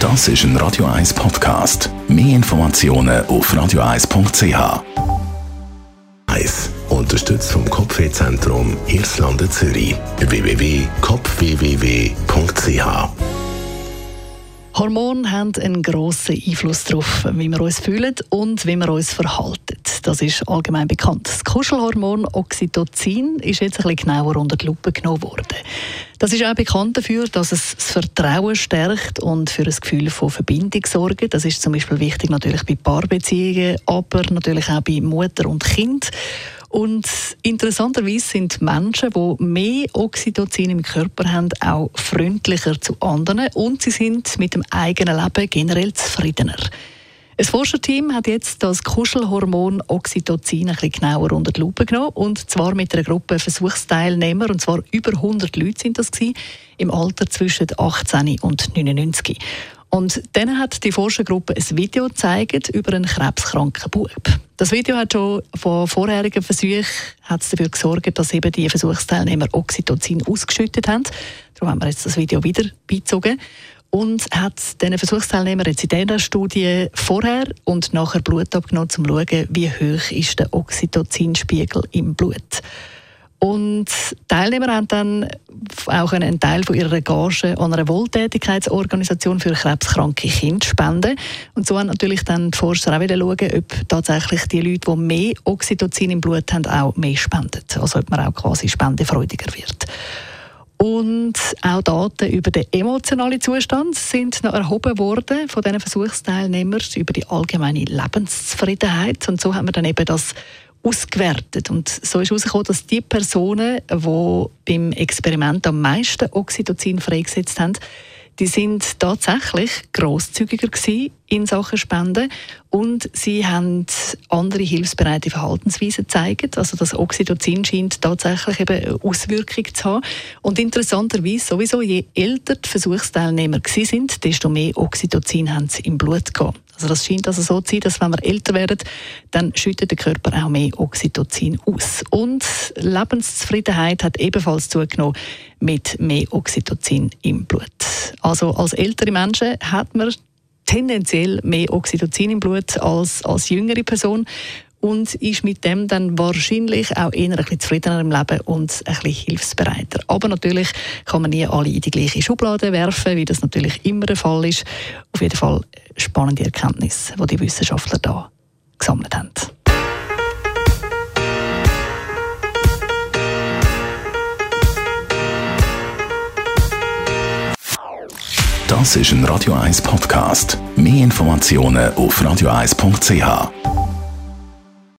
Das ist ein Radio 1 Podcast. Mehr Informationen auf radio1.ch. Unterstützt vom Kopfwehzentrum Irlande Zürich. www.kopfwww.ch. Hormone haben einen grossen Einfluss darauf, wie wir uns fühlen und wie wir uns verhalten. Das ist allgemein bekannt. Das Kuschelhormon Oxytocin ist jetzt ein bisschen genauer unter die Lupe genommen worden. Das ist auch bekannt dafür, dass es das Vertrauen stärkt und für ein Gefühl von Verbindung sorgt. Das ist zum Beispiel wichtig natürlich bei Paarbeziehungen, aber natürlich auch bei Mutter und Kind. Und interessanterweise sind Menschen, die mehr Oxytocin im Körper haben, auch freundlicher zu anderen und sie sind mit dem eigenen Leben generell zufriedener. Ein Forscherteam hat jetzt das Kuschelhormon Oxytocin ein bisschen genauer unter die Lupe genommen, und zwar mit einer Gruppe Versuchsteilnehmer, und zwar über 100 Leute sind das gewesen, im Alter zwischen 18 und 99. Und dann hat die Forschergruppe ein Video gezeigt über einen krebskranken Bub. Das Video hat schon von vorherigen Versuchen dafür gesorgt, dass eben die Versuchsteilnehmer Oxytocin ausgeschüttet haben. Darum haben wir jetzt das Video wieder beizogen. Und hat diesen Versuchsteilnehmern jetzt in dieser Studie vorher und nachher Blut abgenommen, um zu schauen, wie hoch ist der Oxytocinspiegel im Blut. Und die Teilnehmer haben dann auch einen Teil von ihrer Gage an einer Wohltätigkeitsorganisation für krebskranke Kinder spenden. Und so haben natürlich dann die Forscher auch wieder schauen, ob tatsächlich die Leute, die mehr Oxytocin im Blut haben, auch mehr spenden. Also ob man auch quasi spendefreudiger wird. Und auch Daten über den emotionalen Zustand sind noch erhoben worden von diesen Versuchsteilnehmern, über die allgemeine Lebenszufriedenheit. Und so haben wir dann eben das ausgewertet. Und so ist herausgekommen, dass die Personen, die beim Experiment am meisten Oxytocin freigesetzt haben, die sind tatsächlich grosszügiger gewesen in Sachen Spenden, und sie haben andere hilfsbereite Verhaltensweisen gezeigt. Also das Oxytocin scheint tatsächlich eben eine Auswirkung zu haben. Und interessanterweise sowieso, je älter die Versuchsteilnehmer sind, desto mehr Oxytocin haben sie im Blut gehabt. Also das scheint also so zu sein, dass wenn wir älter werden, dann schüttet der Körper auch mehr Oxytocin aus. Und Lebenszufriedenheit hat ebenfalls zugenommen mit mehr Oxytocin im Blut. Also als ältere Menschen hat man tendenziell mehr Oxytocin im Blut als jüngere Person und ist mit dem dann wahrscheinlich auch eher ein bisschen zufriedener im Leben und ein bisschen hilfsbereiter. Aber natürlich kann man nie alle in die gleiche Schublade werfen, wie das natürlich immer der Fall ist. Auf jeden Fall spannende Erkenntnisse, die die Wissenschaftler da gesammelt haben. Das ist ein Radio 1 Podcast. Mehr Informationen auf radio1.ch.